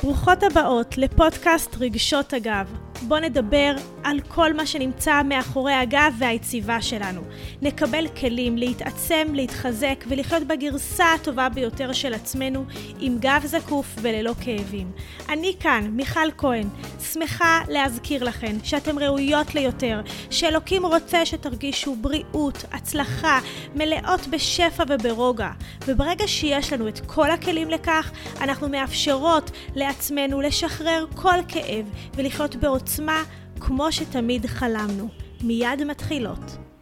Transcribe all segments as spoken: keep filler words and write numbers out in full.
ברוכות הבאות לפודקאסט רגשות הגב. בוא נדבר על כל מה שנמצא מאחורי הגב והיציבה שלנו. נקבל כלים להתעצם, להתחזק ולחיות בגרסה הטובה ביותר של עצמנו עם גב זקוף וללא כאבים. אני כאן, מיכל כהן, שמחה להזכיר לכן שאתם ראויות ליותר, שאלוקים רוצה שתרגישו בריאות, הצלחה, מלאות בשפע וברוגע. וברגע שיש לנו את כל הכלים לכך, אנחנו מאפשרות לעצמנו לשחרר כל כאב ולחיות בעוצמה כמו שתמיד חלמנו. מיד מתחילות.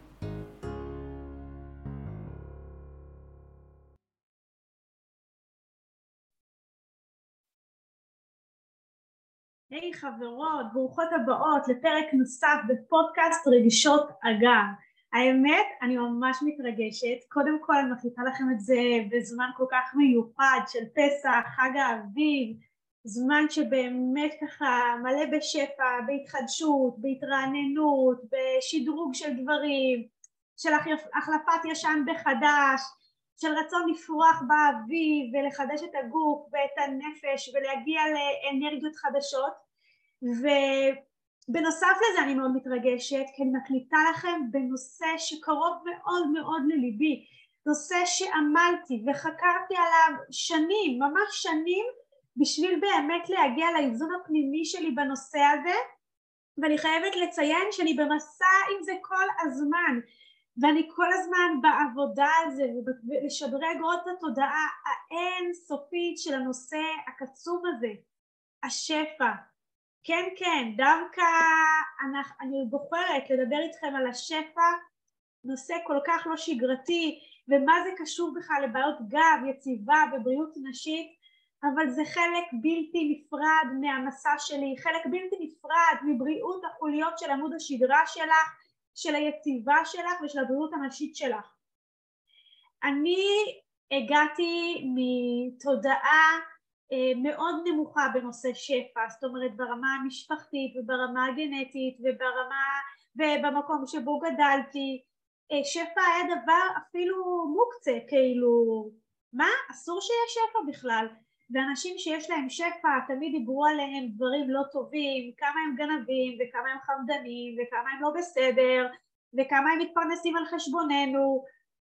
היי hey, חברות, ברוכות הבאות לפרק נוסף בפודקאסט רגשות הגב. האמת, אני ממש מתרגשת. קודם כל אני מחליטה לכם את זה בזמן כל כך מיוחד של פסח, חג האביב, זמן שבאמת ככה מלא בשפע, בהתחדשות, בהתרעננות, בשדרוג של דברים, של החלפת ישן בחדש, של רצון לפרוח באביב ולחדש את הגוף ואת הנפש ולהגיע לאנרגיות חדשות. ובנוסף לזה אני מאוד מתרגשת כי אני מקליטה לכם בנושא שקרוב מאוד מאוד לליבי, נושא שעמלתי וחקרתי עליו שנים, ממש שנים, בשביל באמת להגיע לאיזון הפנימי שלי בנושא הזה, ואני חייבת לציין שאני במסע עם זה כל הזמן, ואני כל הזמן בעבודה על זה ולשדרג עוד את התודעה האין סופית של הנושא הקצוב הזה, השפע. כן כן, דווקא אני, אני בוחרת לדבר איתכם על השפע, נושא כל כך לא שגרתי, ומה זה קשור בכלל לבעיות גב, יציבה ובריאות נשית, אבל זה חלק בלתי נפרד מהמסע שלי, חלק בלתי נפרד מבריאות החוליות של עמוד השדרה שלך, של היציבה שלך ושל הבריאות הנשית שלך. אני הגעתי מתודעה מאוד נמוכה בנושא שפע, זאת אומרת ברמה המשפחתית וברמה הגנטית וברמה ובמקום שבו גדלתי. שפע היה דבר אפילו מוקצה, כאילו מה? אסור שיש שפע בכלל. ואנשים שיש להם שפע תמיד דיברו עליהם דברים לא טובים, כמה הם גנבים וכמה הם חמדנים וכמה הם לא בסדר וכמה הם מתפרנסים על חשבוננו.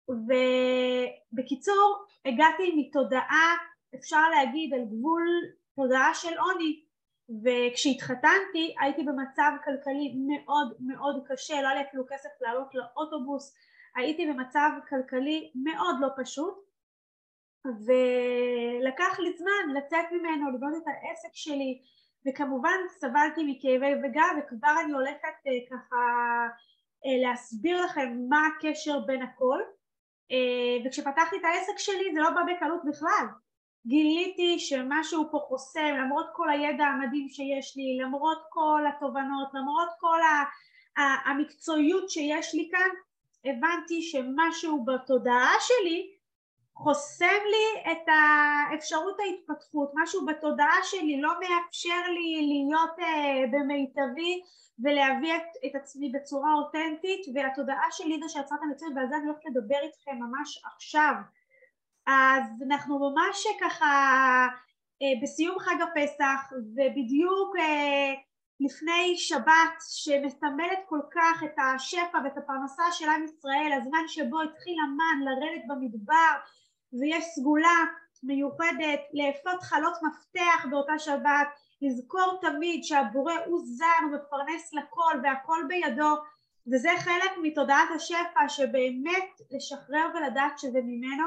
ובקיצור הגעתי מתודעה, אפשר להגיד על גבול תודעה של עוני, וכשהתחתנתי הייתי במצב כלכלי מאוד מאוד קשה, לא היה לי אפילו כסף לעלות לאוטובוס, הייתי במצב כלכלי מאוד לא פשוט, ולקח לי זמן לצאת ממנו, לבנות את העסק שלי, וכמובן סבלתי מכאבי וגב, וכבר אני הולכת ככה להסביר לכם מה הקשר בין הכל. וכשפתחתי את העסק שלי זה לא בא בקלות בכלל, גיליתי שמשהו פה חוסם, למרות כל הידע המדהים שיש לי, למרות כל התובנות, למרות כל המקצועיות שיש לי כאן, הבנתי שמשהו בתודעה שלי חוסם לי את האפשרות ההתפתחות, משהו בתודעה שלי לא מאפשר לי להיות uh, במיטבי ולהביא את, את עצמי בצורה אותנטית, והתודעה שלי זה שיצרת המציאות, ועל זה אני הולכת לדבר איתכם ממש עכשיו. אז אנחנו ממש ככה uh, בסיום חג הפסח, ובדיוק uh, לפני שבת שמסמלת כל כך את השפע ואת הפרנסה של עם ישראל, הזמן שבו התחיל המן לרדת במדבר, ויש סגולה מיוחדת לאפות חלות מפתח באותה שבת, לזכור תמיד שהבורא הוא זן, הוא מפרנס לכל והכל בידו, וזה חלק מתודעת השפע שבאמת לשחרר ולדעת שזה ממנו.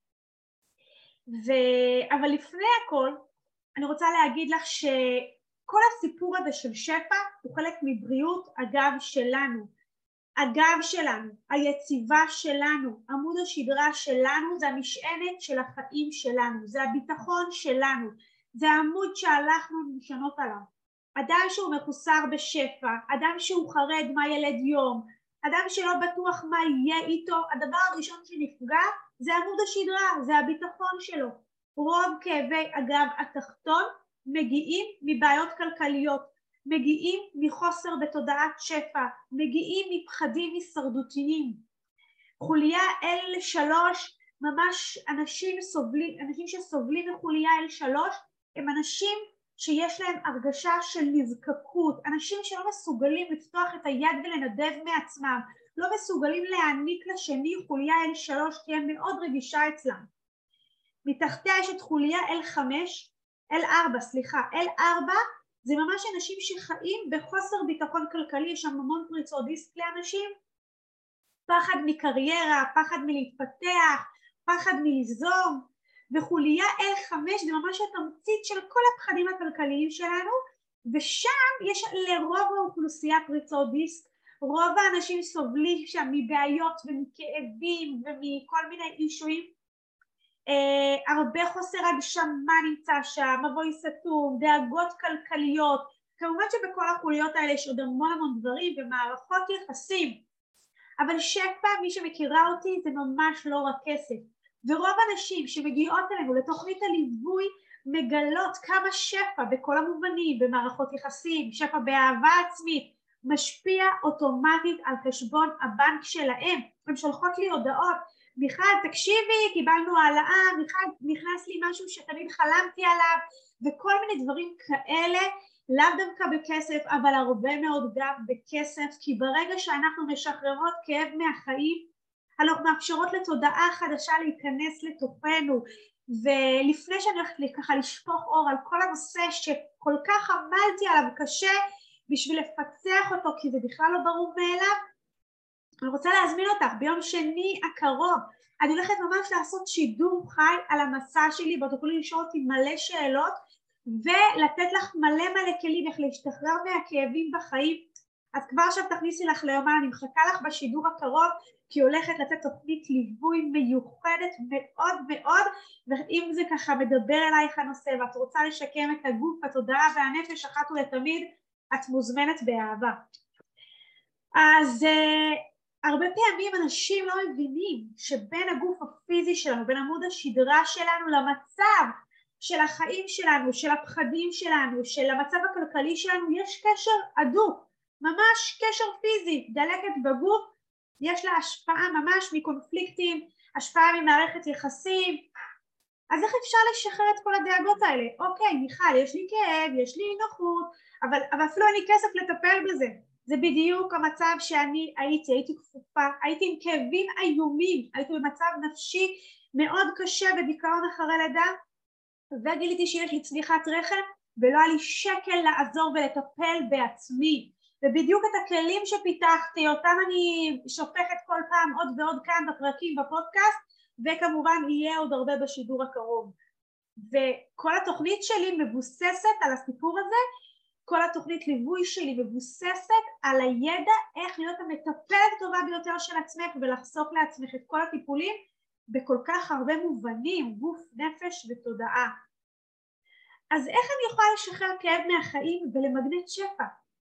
ו... אבל לפני הכל אני רוצה להגיד לך שכל הסיפור הזה של שפע הוא חלק מבריאות הגב שלנו. הגב שלנו, היציבה שלנו, עמוד השדרה שלנו, זה המשענת של החיים שלנו, זה הביטחון שלנו, זה העמוד שהלכנו לשנות עליו. אדם שהוא מחוסר בשפע, אדם שהוא חרד מה ילד יום, אדם שלא בטוח מה יהיה איתו, הדבר הראשון שנפגע זה עמוד השדרה, זה הביטחון שלו. רוב כאבי הגב התחתון מגיעים מבעיות כלכליות, מגיעים מחוסר בתודעת שפע, מגיעים מפחדים הישרדותיים. חוליה אל שלוש, ממש אנשים סובלים, אנשים שסובלים מחוליה אל שלוש, הם אנשים שיש להם הרגשה של נזקקות, אנשים שלא מסוגלים לפתוח את היד ולנדב מעצמם, לא מסוגלים להעניק לשני חוליה אל שלוש כי הם מאוד רגישה אצלם. מתחתיה יש את חוליה אל חמש, אל ארבע, סליחה, אל ארבע זה ממש אנשים שחיים בחוסר ביטחון כלכלי, יש שם המון פריצות דיסק לאנשים, פחד מקריירה, פחד מלהתפתח, פחד מליזום, וחוליה אל חמש זה ממש התמצית של כל הפחדים הכלכליים שלנו, ושם יש לרוב האוכלוסייה פריצות דיסק, רוב האנשים סובלים שם מבעיות ומכאבים ומכל מיני אישויים, אה, הרבה חוסר הגשמה נמצא שם, מבוי סתום, דאגות כלכליות, כמובן שבכל החוליות האלה יש עוד המון המון דברים ומערכות יחסים, אבל שפע, מי שמכירה אותי, זה ממש לא רק כסף, ורוב הנשים שמגיעות אלינו לתוכנית הליווי מגלות כמה שפע בכל המובנים, במערכות יחסים, שפע באהבה עצמית, משפיע אוטומטית על חשבון הבנק שלהם. הן שולחות לי הודעות, מיכל תקשיבי, קיבלנו העלאה, מיכל נכנס לי משהו שתמיד חלמתי עליו, וכל מיני דברים כאלה, לאו דווקא בכסף, אבל הרבה מאוד גם בכסף, כי ברגע שאנחנו משחררות כאב מהחיים, אנחנו מאפשרות לתודעה חדשה להיכנס לתוכנו, ולפני שאני הולכת לי ככה לשפוך אור על כל הנושא שכל כך עמלתי עליו קשה, בשביל לפצח אותו, כי זה בכלל לא ברור מאליו, אני רוצה להזמין אותך ביום שני הקרוב, אני הולכת ממש לעשות שידור חי על המסע שלי, בו תוכלי לשאול אותי מלא שאלות, ולתת לך מלא מלא כלים איך להשתחרר מהכאבים בחיים. אז כבר עכשיו תכניסי לך ליומן, אני מחכה לך בשידור הקרוב, כי הולכת לתת תוכנית ליווי מיוחדת מאוד מאוד, ואם זה ככה מדבר אלייך הנושא, ואת רוצה לשקם את הגוף, התודעה והנפש אחת ולתמיד, את מוזמנת באהבה. אז uh, הרבה פעמים אנשים לא מבינים שבין הגוף הפיזי שלנו, בין עמוד השדרה שלנו למצב של החיים שלנו, של הפחדים שלנו, של המצב הכלכלי שלנו, יש קשר הדוק, ממש קשר פיזי. דלקת בגוף יש לה השפעה ממש מקונפליקטים, השפעה ממערכת יחסים. אז איך אפשר לשחרר את כל הדאגות האלה? אוקיי, מיכל, יש לי כאב, יש לי נוחות, אבל, אבל אפילו אין לי כסף לטפל בזה. זה בדיוק המצב שאני הייתי, הייתי כפופה, הייתי עם כאבים איומים, הייתי במצב נפשי מאוד קשה ודיכאון אחרי לידה, וגיליתי שיש לי צניחת רחם, ולא היה לי שקל לעזור ולטפל בעצמי. ובדיוק את הכלים שפיתחתי, אותם אני שופכת כל פעם עוד ועוד כאן בפרקים בפודקאסט, וכמובן יהיה עוד הרבה בשידור הקרוב. וכל התוכנית שלי מבוססת על הסיפור הזה, כל התוכנית ליווי שלי מבוססת על הידע איך להיות המטפלת טובה ביותר של עצמך ולחסוך לעצמך את כל הטיפולים בכל כך הרבה מובנים, גוף, נפש ותודעה. אז איך אני יכולה לשחרר כאב מהחיים ולמגנט שפע?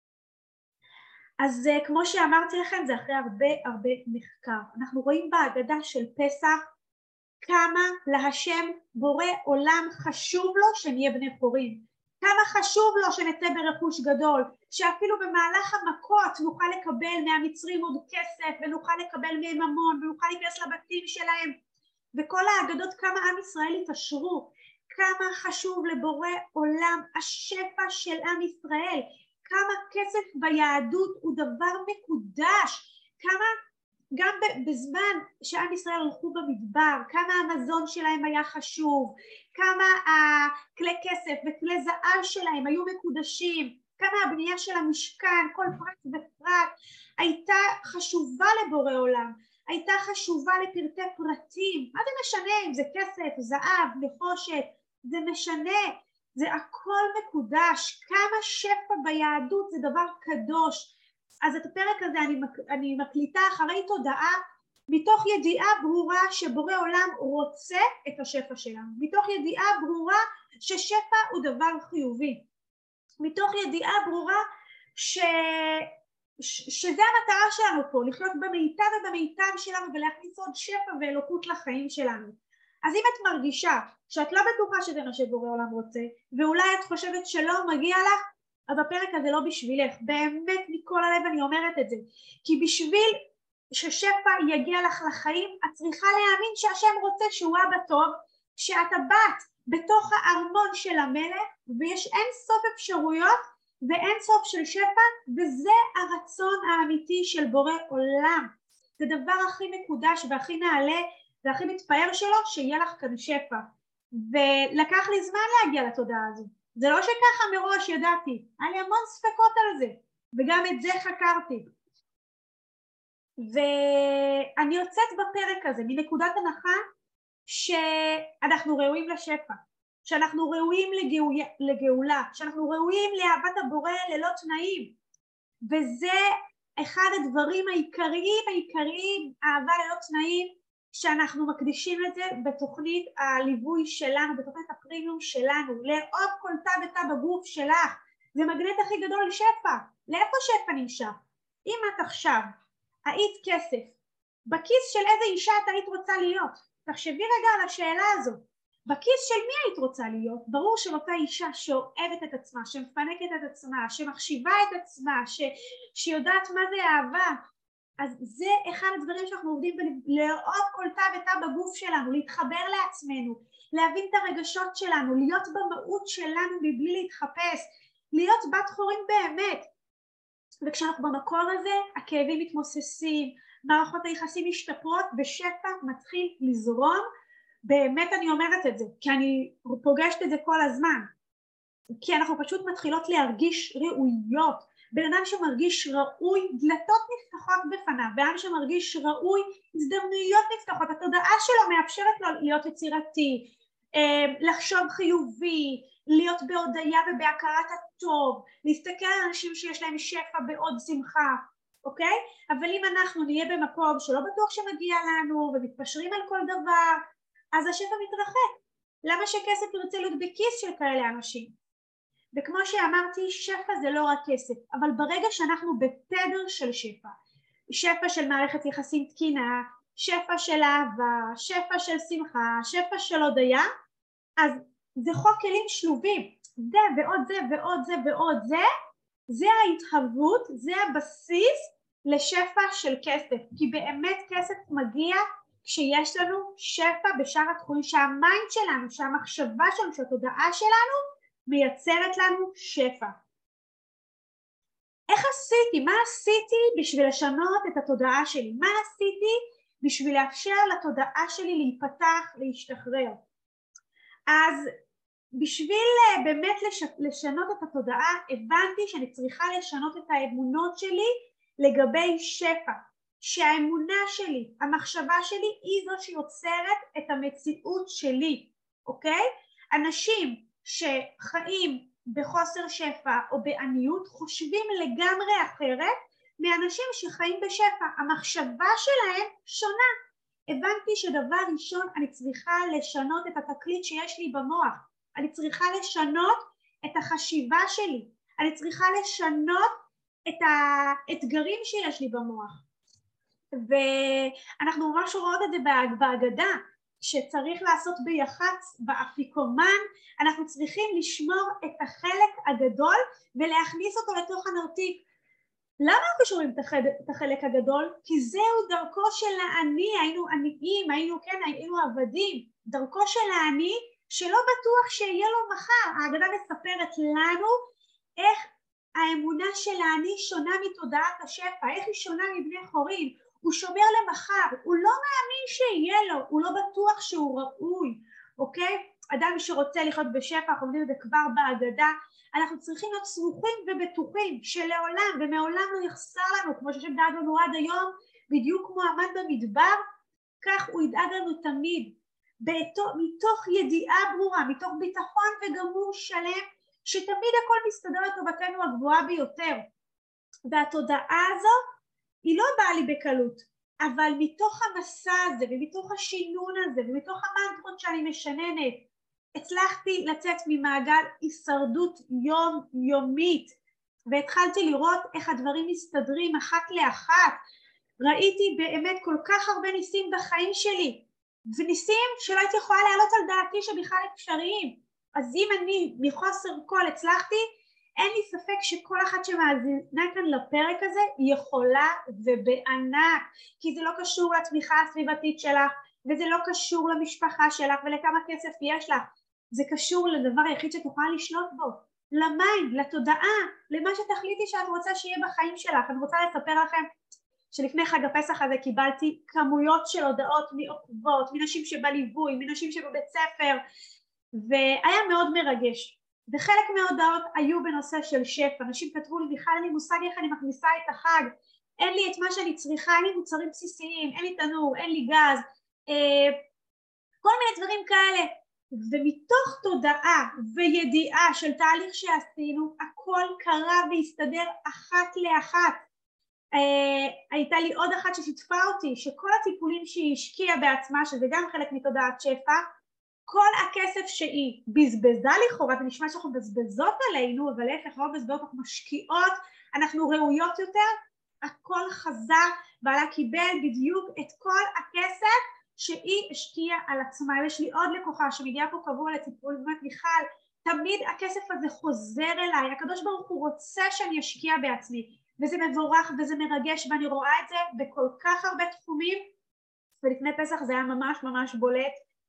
אז כמו שאמרתי לכם, זה אחרי הרבה הרבה מחקר. אנחנו רואים בהגדה של פסח כמה להשם בורא עולם חשוב לו שנהיה בני חורים. כמה חשוב לו שנצא ברכוש גדול, שאפילו במהלך המכות נוכל לקבל מהמצרים עוד כסף, ונוכל לקבל מהם המון, ונוכל להיכנס לבתים שלהם, וכל האגדות כמה עם ישראל התעשרו, כמה חשוב לבורא עולם השפע של עם ישראל, כמה כסף ביהדות הוא דבר מקודש, כמה גם בזמן שעם ישראל הלכו במדבר, כמה המזון שלהם היה חשוב, כמה הכלי כסף וכלי זהב שלהם היו מקודשים, כמה הבנייה של המשכן, כל פרט ופרט, הייתה חשובה לבורא עולם, הייתה חשובה לפרטי פרטים. מה זה משנה אם זה כסף, זהב, נחושת, זה משנה, זה הכל מקודש. כמה שפע ביהדות זה דבר קדוש. אז את הפרק הזה אני, מק... אני מקליטה אחרי תודעה, מתוך ידיעה ברורה שבורא עולם רוצה את השפע שלנו, מתוך ידיעה ברורה ששפע הוא דבר חיובי, מתוך ידיעה ברורה ש... ש... שזה המטרה שלנו פה, לחיות במיטב ובמיטב שלנו ולהכניס עוד שפע ואלוקות לחיים שלנו. אז אם את מרגישה שאת לא בטוחה שזה מה שבורא עולם רוצה, ואולי את חושבת שלא מגיע לך, אז הפרק הזה לא בשבילך, באמת מכל הלב אני אומרת את זה, כי בשביל ששפע יגיע לך לחיים, את צריכה להאמין שהשם רוצה שהוא אבא טוב, שאת הבת בתוך הארמון של המלך, ויש אין סוף אפשרויות ואין סוף של שפע, וזה הרצון האמיתי של בורא עולם. זה דבר הכי מקודש והכי נעלה והכי מתפאר שלו, שיהיה לך כאן שפע. ולקח לי זמן להגיע לתודעה הזו. זה לא שככה מראש ידעתי, היה לי המון ספקות על זה, וגם את זה חקרתי. ואני יוצאת בפרק הזה מנקודת הנחה שאנחנו ראויים לשפע, שאנחנו ראויים לגאולה, לגאולה, שאנחנו ראויים לאהבת הבורא ללא תנאים, וזה אחד הדברים העיקריים העיקריים, אהבה ללא תנאים, שאנחנו מקדישים את זה בתוכנית הליווי שלנו, בתוכנית הפרימיום שלנו, לאהוב כל תא ותא בגוף שלך. זה מגנט הכי גדול לשפע. לאיפה שפע נמשך? אם את עכשיו היית כסף, בכיס של איזה אישה את היית רוצה להיות? תחשבי רגע על השאלה הזו. בכיס של מי היית רוצה להיות? ברור של אותה אישה שאוהבת את עצמה, שמפנקת את עצמה, שמחשיבה את עצמה, ש... שיודעת מה זה אהבה. אז זה אחד הדברים שאנחנו עובדים לאהוב כל תא ותא בגוף שלנו, להתחבר לעצמנו, להבין את הרגשות שלנו, להיות במהות שלנו מבלי להתחפש, להיות בת חורים באמת. וכשאנחנו במקור הזה, הכאבים מתמוססים, מערכות היחסים משתפרות ושפע מתחיל לזרום. באמת אני אומרת את זה, כי אני פוגשת את זה כל הזמן, כי אנחנו פשוט מתחילות להרגיש ראויות. בן אדם שמרגיש ראוי, דלתות נפתחות בפניו, בן אדם שמרגיש ראוי, הזדמנויות נפתחות, התודעה שלו מאפשרת לו להיות יצירתי, לחשוב חיובי, להיות בהודיה ובהכרת הטוב, להסתכל על אנשים שיש להם שפע בעוד שמחה, אוקיי? אבל אם אנחנו נהיה במקום שלא בטוח שמגיע לנו ומתפשרים על כל דבר, אז השפע מתרחק. למה שכסף ירצה להיות בכיס של כאלה אנשים? וכמו שאמרתי, שפע זה לא רק כסף, אבל ברגע שאנחנו בתדר של שפע, שפע של מערכת יחסים תקינה, שפע של אהבה, שפע של שמחה, שפע של הודיה, אז זה חוק כלים שלובים, זה ועוד זה ועוד זה ועוד זה, זה ההתהוות, זה הבסיס לשפע של כסף, כי באמת כסף מגיע כשיש לנו שפע בשאר התחומים, שהמיינד שלנו, שהמחשבה שלנו, שהתודעה שלנו, מייצרת לנו שפע. איך עשיתי? מה עשיתי בשביל לשנות את התודעה שלי? מה עשיתי בשביל לאפשר לתודעה שלי להיפתח, להשתחרר? אז בשביל באמת לשנות את התודעה, הבנתי שאני צריכה לשנות את האמונות שלי לגבי שפע. שהאמונה שלי, המחשבה שלי, היא זו שיוצרת את המציאות שלי, אוקיי? אנשים שחיים בחוסר שפע או בעניות חושבים לגמרי אחרת מאנשים שחיים בשפע. המחשבה שלהם שונה. הבנתי שדבר ראשון אני צריכה לשנות את התקליט שיש לי במוח, אני צריכה לשנות את החשיבה שלי, אני צריכה לשנות את האתגרים שיש לי במוח. ואנחנו ממש רואות את זה בהגדה, שצריך לעשות ביח"צ, באפיקומן, אנחנו צריכים לשמור את החלק הגדול ולהכניס אותו לתוך הנרתיק. למה אנחנו שומעים את החלק הגדול? כי זהו דרכו של העני, היינו עניים, היינו כן, היינו עבדים, דרכו של העני שלא בטוח שיהיה לו מחר. ההגדה מספרת לנו איך האמונה של העני שונה מתודעת השפע, איך היא שונה מבני חורים. הוא שומר למחר, הוא לא מאמין שיהיה לו, הוא לא בטוח שהוא ראוי, אוקיי? אדם שרוצה לחיות בשפע, אנחנו יודעים את זה כבר בהגדה, אנחנו צריכים להיות סמוכים ובטוחים שלעולם ומעולם לא יחסר לנו, כמו ששם דאג לנו עד היום, בדיוק כמו עמד במדבר, כך הוא ידאג לנו תמיד, בתוך, מתוך ידיעה ברורה, מתוך ביטחון וגמור שלם, שתמיד הכל מסתדר לטובתנו הגבוהה ביותר. והתודעה הזו, היא לא באה לי בקלות, אבל מתוך המסע הזה ומתוך השינון הזה ומתוך המנטרות שאני משננת, הצלחתי לצאת ממעגל הישרדות יומיומית, והתחלתי לראות איך הדברים מסתדרים אחת לאחת. ראיתי באמת כל כך הרבה ניסים בחיים שלי, וניסים שלא הייתי יכולה להעלות על דעתי שבכלל אפשריים. אז אם אני מחוסר כל הצלחתי, אין לי ספק שכל אחת שמאזינה כאן לפרק הזה היא יכולה, ובענק, כי זה לא קשור לתמיכה הסביבתית שלך, וזה לא קשור למשפחה שלך ולכמה כסף יש לך. זה קשור לדבר היחיד שתוכל לשלוט בו, למיינד, לתודעה, למה שתחליטי שאת רוצה שיהיה בחיים שלך. אני רוצה לספר לכם שלפני חג הפסח הזה קיבלתי כמויות של הודעות מעוקבות, מנשים שבליווי, מנשים שבבית ספר, והיה מאוד מרגש. וחלק מההודעות היו בנושא של שפע. אנשים כתבו לי, בכלל אין לי מושג איך אני מכניסה את החג, אין לי את מה שאני צריכה, אין לי מוצרים בסיסיים, אין לי תנור, אין לי גז, אה, כל מיני דברים כאלה. ומתוך תודעה וידיעה של תהליך שעשינו, הכל קרה והסתדר אחת לאחת. Uh, הייתה לי עוד אחת ששיתפה אותי שכל הטיפולים שהיא השקיעה בעצמה, שזה גם חלק מתודעת שפע, כל הכסף שהיא בזבזה לכאורה, זה נשמע שאנחנו בזבזות עלינו, אבל להפך, לא בזבזות, אנחנו משקיעות, אנחנו ראויות יותר, הכל חזר, בעלה קיבל בדיוק את כל הכסף שהיא השקיעה על עצמה. יש לי עוד לקוחה שמגיעה פה קבוע לטיפול, באמת מיכל, תמיד הכסף הזה חוזר אליי, הקדוש ברוך הוא רוצה שאני אשקיע בעצמי, וזה מבורך וזה מרגש, ואני רואה את זה בכל כך הרבה תחומים, ולפני פסח זה היה ממש ממש בולט.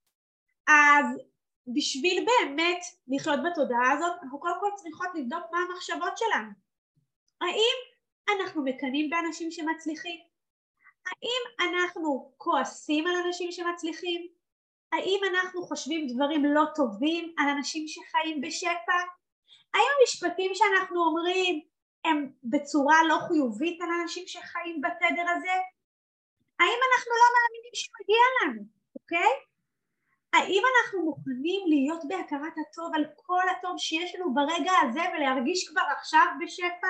אז בשביל באמת לחיות בתודעה הזאת, אנחנו קודם כל צריכות לבדוק מה המחשבות שלנו. האם אנחנו מקנאים באנשים שמצליחים? האם אנחנו כועסים על אנשים שמצליחים? האם אנחנו חושבים דברים לא טובים על אנשים שחיים בשפע? האם המשפטים שאנחנו אומרים הם בצורה לא חיובית על אנשים שחיים בתדר הזה? האם אנחנו לא מאמינים שמגיע לנו, אוקיי? האם אנחנו מוכנים להיות בהכרת הטוב על כל הטוב שיש לנו ברגע הזה ולהרגיש כבר עכשיו בשפע?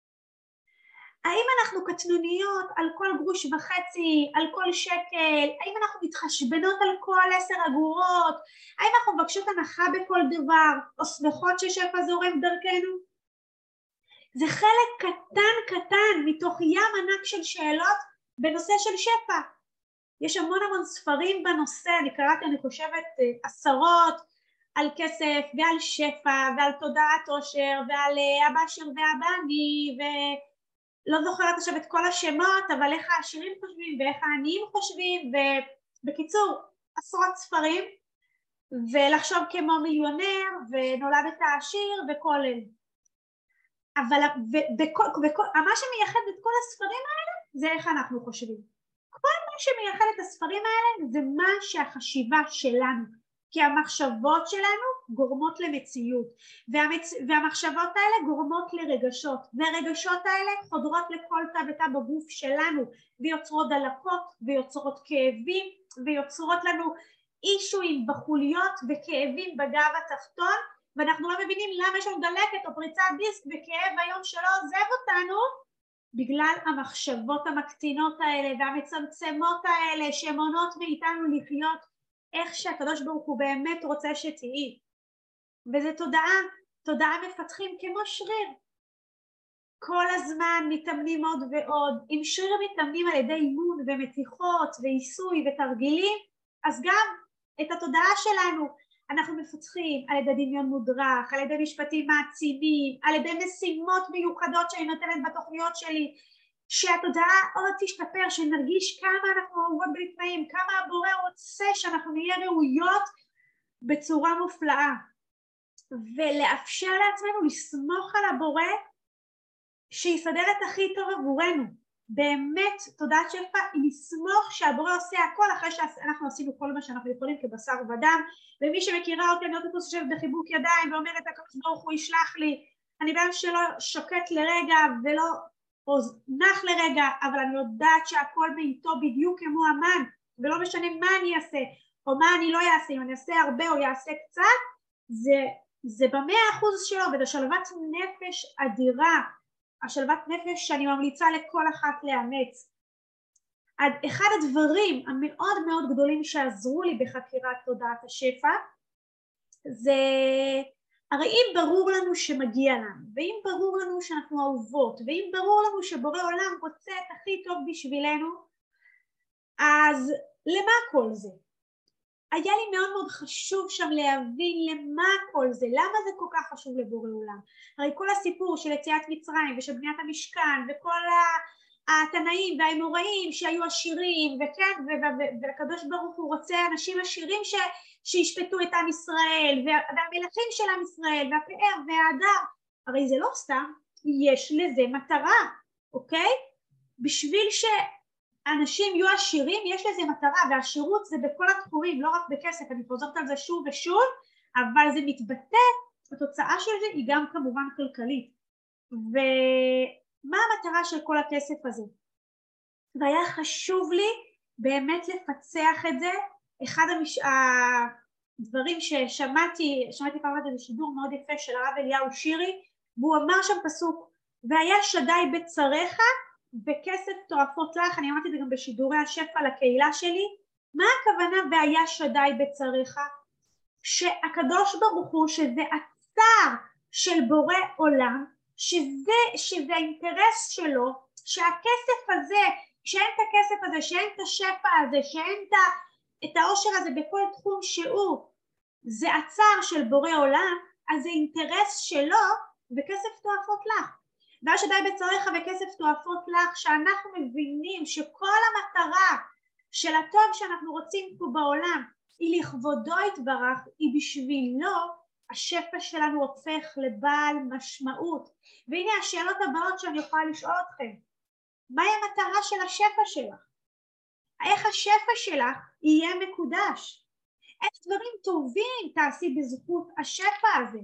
האם אנחנו קטנוניות על כל גרוש וחצי, על כל שקל? האם אנחנו מתחשבנות על כל עשר אגורות? האם אנחנו מבקשות הנחה בכל דבר או שמחות ששפע זורם דרכנו? זה חלק קטן קטן מתוך ים ענק של שאלות בנושא של שפע. יש המון המון ספרים בנושא, אני קראתי אני חושבת עשרות על כסף ועל שפע ועל תודעת עושר ועל אבא עשיר ואבא עני, ולא זוכרת עכשיו את כל השמות, אבל איך העשירים חושבים ואיך העניים חושבים, ובקיצור עשרות ספרים, ולחשוב כמו מיליונר ונולדת עשיר וכל אלה. אבל ובכל, ובכל, מה שמייחד את כל הספרים האלה זה איך אנחנו חושבים. כל מה שמייחד את הספרים האלה זה מה שהחשיבה שלנו, כי המחשבות שלנו גורמות למציאות, והמצ... והמחשבות האלה גורמות לרגשות, והרגשות האלה חודרות לכל תא ותא בגוף שלנו, ויוצרות דלקות, ויוצרות כאבים, ויוצרות לנו אישויים בחוליות וכאבים בגב התחתון, ואנחנו לא מבינים למה יש לנו דלקת או פריצת דיסק וכאב היום שלא עוזב אותנו, בגלל המחשבות המקטינות האלה והמצמצמות האלה שמונעות מאיתנו לחיות איך שהקדוש ברוך הוא באמת רוצה שתהי. וזה תודעה, תודעה מפתחים כמו שריר. כל הזמן מתאמנים עוד ועוד. אם שריר מתאמנים על ידי אימון ומתיחות ועיסוי ותרגילים, אז גם את התודעה שלנו אנחנו מפתחים על ידי דמיון מודרך, על ידי משפטים מעצימים, על ידי משימות מיוחדות שאני נותנת בתוכניות שלי, שהתודעה עוד תשתפר, שנרגיש כמה אנחנו אהובות בלפנים, כמה הבורא רוצה שאנחנו נהיה ראויות בצורה מופלאה, ולאפשר לעצמנו לסמוך על הבורא שיסדר את הכי טוב עבורנו. באמת תודעת שפע היא לסמוך שהבורא עושה הכל אחרי שאנחנו עשינו כל מה שאנחנו יכולים כבשר ודם. ומי שמכירה אותי, אני עוד פעם יושבת בחיבוק ידיים ואומרת הקדוש ברוך הוא ישלח לי, אני באמת שלא שוקט לרגע ולא נח לרגע, אבל אני יודעת שהכל בעיתו בדיוק כמו המן, ולא משנה מה אני אעשה או מה אני לא אעשה, אם אני אעשה הרבה או יעשה קצת, זה, זה במאה אחוז שלו, וזה שלוות נפש אדירה, השלוות נפש שאני ממליצה לכל אחת לאמץ. אחד הדברים המאוד מאוד גדולים שעזרו לי בחקירת תודעת השפע, זה הרי אם ברור לנו שמגיע לנו, ואם ברור לנו שאנחנו אהובות, ואם ברור לנו שבורא עולם רוצה את הכי טוב בשבילנו, אז למה כל זה? היה לי מאוד מאוד חשוב שם להבין למה כל זה, למה זה כל כך חשוב לבורא עולם. הרי כל הסיפור של יציאת מצרים ושל בניית המשכן וכל התנאים והאמוראים שהיו עשירים, וכן, והקדוש ברוך הוא רוצה אנשים עשירים ש, שישפטו את עם ישראל, והמלכים של עם ישראל, והפאר וההדר, הרי זה לא סתם, יש לזה מטרה, אוקיי? בשביל שאנשים יהיו עשירים יש לזה מטרה, והשירות זה בכל התחומים, לא רק בכסף, אני חוזרת על זה שוב ושוב, אבל זה מתבטא, התוצאה של זה היא גם כמובן כלכלית. ומה המטרה של כל הכסף הזה? והיה חשוב לי באמת לפצח את זה. אחד המש... הדברים ששמעתי, שמעתי פעם את זה בשידור מאוד יפה של הרב אליהו שירי, והוא אמר שם פסוק, והיה שדי בצריך וכסף תועפות לך. אני אמרתי את זה גם בשידורי השפע לקהילה שלי. מה הכוונה והיה שדי בצריך? שהקדוש ברוך הוא, שזה הצער של בורא עולם, שזה, שזה האינטרס שלו, שהכסף הזה, שאין את הכסף הזה, שאין את השפע הזה, שאין את העושר הזה בכל תחום שהוא, זה הצער של בורא עולם, אז זה אינטרס שלו, וכסף תועפות לך. ואז שדי בצריך וכסף תועפות לך, שאנחנו מבינים שכל המטרה של הטוב שאנחנו רוצים פה בעולם, היא לכבודו יתברך, היא בשבילו, השפע שלנו הופך לבעל משמעות. והנה השאלות הבאות שאני יכולה לשאול אתכם. מהי המטרה של השפע שלך? איך השפע שלך יהיה מקודש? איך דברים טובים תעשי בזכות השפע הזה?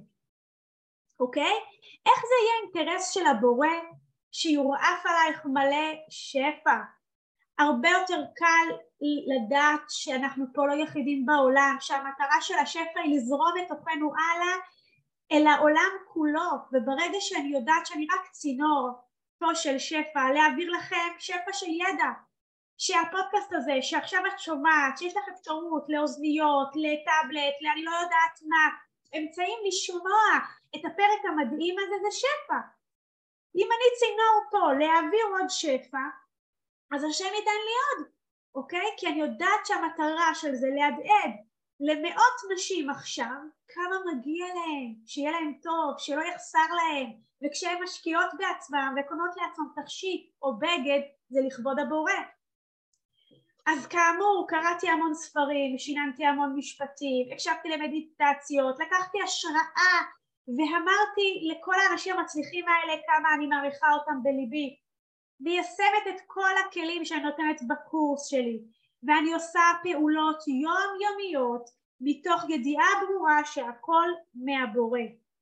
אוקיי? איך זה יהיה אינטרס של הבורא שיורעף עלייך מלא שפע? הרבה יותר קל לדעת שאנחנו פה לא יחידים בעולם, שהמטרה של השפע היא לזרום את תוכנו הלאה אל העולם כולו, וברגע שאני יודעת שאני רק צינור פה של שפע, להעביר לכם שפע של ידע, שהפודקאסט הזה שעכשיו את שומעת, שיש לך אפשרות לאוזניות, לטאבלט, לאני לא יודעת מה, אמצעים לשמוע את הפרק המדהים הזה, זה שפע. אם אני צינור פה להעביר עוד שפע, אז השם ייתן לי עוד, אוקיי? כי אני יודעת שהמטרה של זה להדהד למאות נשים עכשיו כמה מגיע להם, שיהיה להם טוב, שלא יחסר להם, וכשהן משקיעות בעצמם וקונות לעצמם תכשיט או בגד, זה לכבוד הבורא. אז כאמור, קראתי המון ספרים, שיננתי המון משפטים, הקשבתי למדיטציות, לקחתי השראה ואמרתי לכל האנשים המצליחים האלה כמה אני מעריכה אותם בליבי. מיישמת את כל הכלים שאני נותנת בקורס שלי, ואני עושה פעולות יומיומיות מתוך ידיעה ברורה שהכל מהבורא.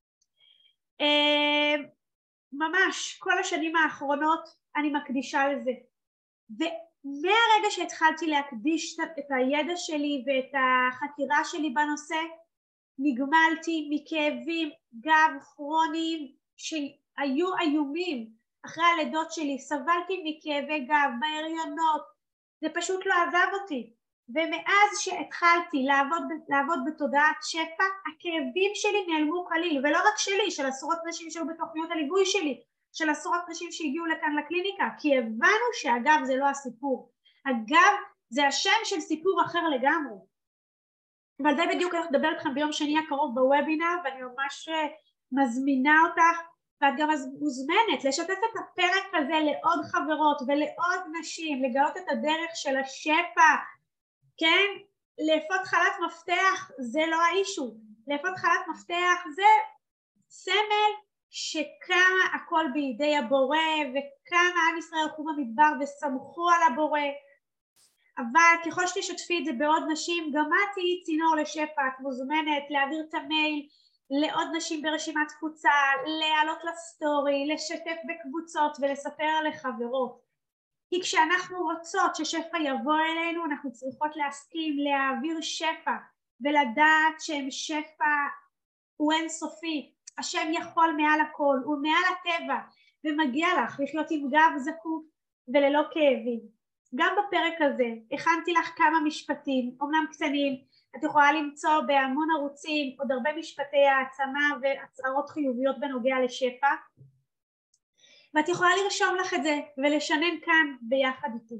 ממש כל השנים האחרונות אני מקדישה לזה, ומהרגע שהתחלתי להקדיש את הידע שלי ואת החקירה שלי בנושא, נגמלתי מכאבים גב כרוניים שהיו איומים. אחרי הלידות שלי סבלתי מכאבי גב, בהריונות, זה פשוט לא עזב אותי. ומאז שהתחלתי לעבוד, לעבוד בתודעת שפע, הכאבים שלי נעלמו כליל, ולא רק שלי, של עשרות נשים שהיו בתוכניות הליווי שלי, של עשרות נשים שהגיעו לכאן לקליניקה, כי הבנו שהגב זה לא הסיפור. הגב זה השם של סיפור אחר לגמרי. אבל זה בדיוק אני אדבר איתכם ביום שני הקרוב בוובינר, ואני ממש מזמינה אותך, ואת גם מוזמנת לשתף את הפרק הזה לעוד חברות ולעוד נשים, לגלות את הדרך של השפע, כן? לאפות חלת מפתח זה לא האישו, לאפות חלת מפתח זה סמל שכמה הכל בידי הבורא, וכמה עם ישראל הלכו במדבר וסמכו על הבורא. אבל ככל שתשתפי את זה בעוד נשים, גם את תהיי צינור לשפע, את מוזמנת להעביר את המייל לעוד נשים ברשימת תפוצה, להעלות לסטורי, לשתף בקבוצות ולספר לחברות. כי כשאנחנו רוצות ששפע יבוא אלינו, אנחנו צריכות להסכים להעביר שפע ולדעת שהם שפע הוא אינסופי. השם יכול מעל הכל, הוא מעל הטבע, ומגיע לך לחיות עם גב זקוף וללא כאבים. גם בפרק הזה הכנתי לך כמה משפטים, אומנם קטנים, את יכולה למצוא בהמון ערוצים עוד הרבה משפטי העצמה והצהרות חיוביות בנוגע לשפע, ואת יכולה לרשום לך את זה ולשנן כאן ביחד איתי.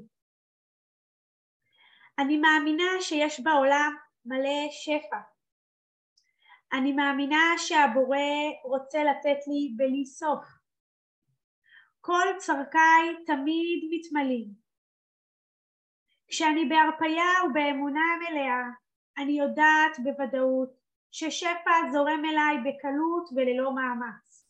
אני מאמינה שיש בעולם מלא שפע. אני מאמינה שהבורא רוצה לתת לי בלי סוף. כל צרכיי תמיד מתמלאים. כשאני בהרפאיה ובאמונה מלאה, אני יודעת בוודאות ששפע זורם אליי בקלות וללא מאמץ.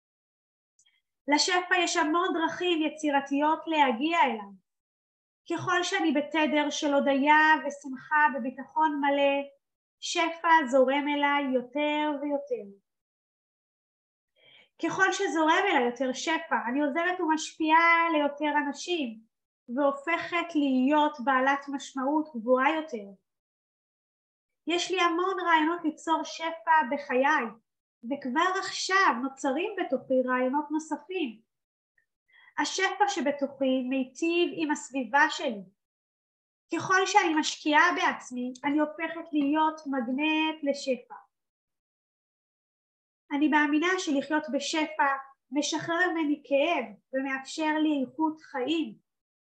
לשפע יש המון דרכים יצירתיות להגיע אליי. ככל שאני בתדר של הודיה ושמחה בביטחון מלא, שפע זורם אליי יותר ויותר. ככל שזורם אליי יותר שפע, אני עוזרת ומשפיעה ליותר אנשים, והופכת להיות בעלת משמעות גבוהה יותר. יש לי המון רעיונות ליצור שפע בחיי, וכבר עכשיו נוצרים בתוכי רעיונות נוספים. השפע שבתוכי מיטיב עם הסביבה שלי. ככל שאני משקיעה בעצמי, אני הופכת להיות מגנט לשפע. אני מאמינה שלחיות בשפע משחרר ממני כאב ומאפשר לי איכות חיים.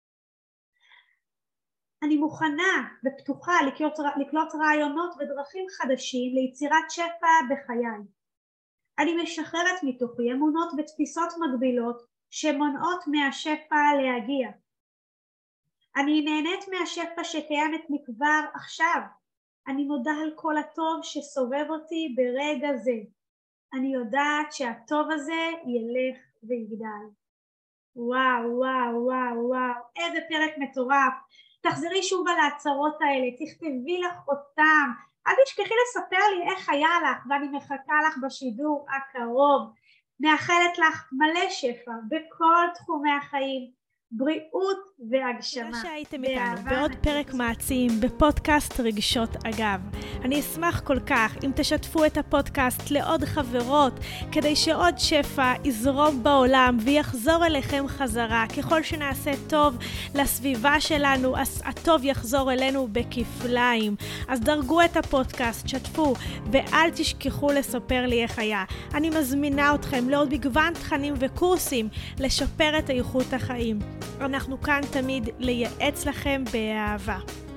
אני מוכנה ופתוחה לקלוט, לקלוט רעיונות ודרכים חדשים ליצירת שפע בחיי. אני משחררת מתוכי אמונות ותפיסות מגבילות שמונעות מהשפע להגיע. אני נהנית מהשפע שקיימת מכבר עכשיו. אני מודה על כל הטוב שסובב אותי ברגע זה. אני יודעת שהטוב הזה ילך ויגדל. וואו, וואו, וואו, וואו, איזה פרק מטורף. תחזרי שוב על ההצהרות האלה, תכתבי לך אותם. אל תשכחי לספר לי איך היה לך, ואני מחכה לך בשידור הקרוב. מאחלת לך מלא שפע בכל תחומי החיים. בריאות והגשמה. תודה שהייתם איתנו בעוד פרק מעצים בפודקאסט רגשות אגב. אני אשמח כל כך אם תשתפו את הפודקאסט לעוד חברות, כדי שעוד שפע יזרום בעולם ויחזור אליכם חזרה. ככל שנעשה טוב לסביבה שלנו, אז הטוב יחזור אלינו בכפליים. אז דרגו את הפודקאסט, שתפו, ואל תשכחו לספר לי איך היה. אני מזמינה אתכם לעוד מגוון תכנים וקורסים לשפר את איכות החיים. אנחנו כאן תמיד לייעץ לכם באהבה.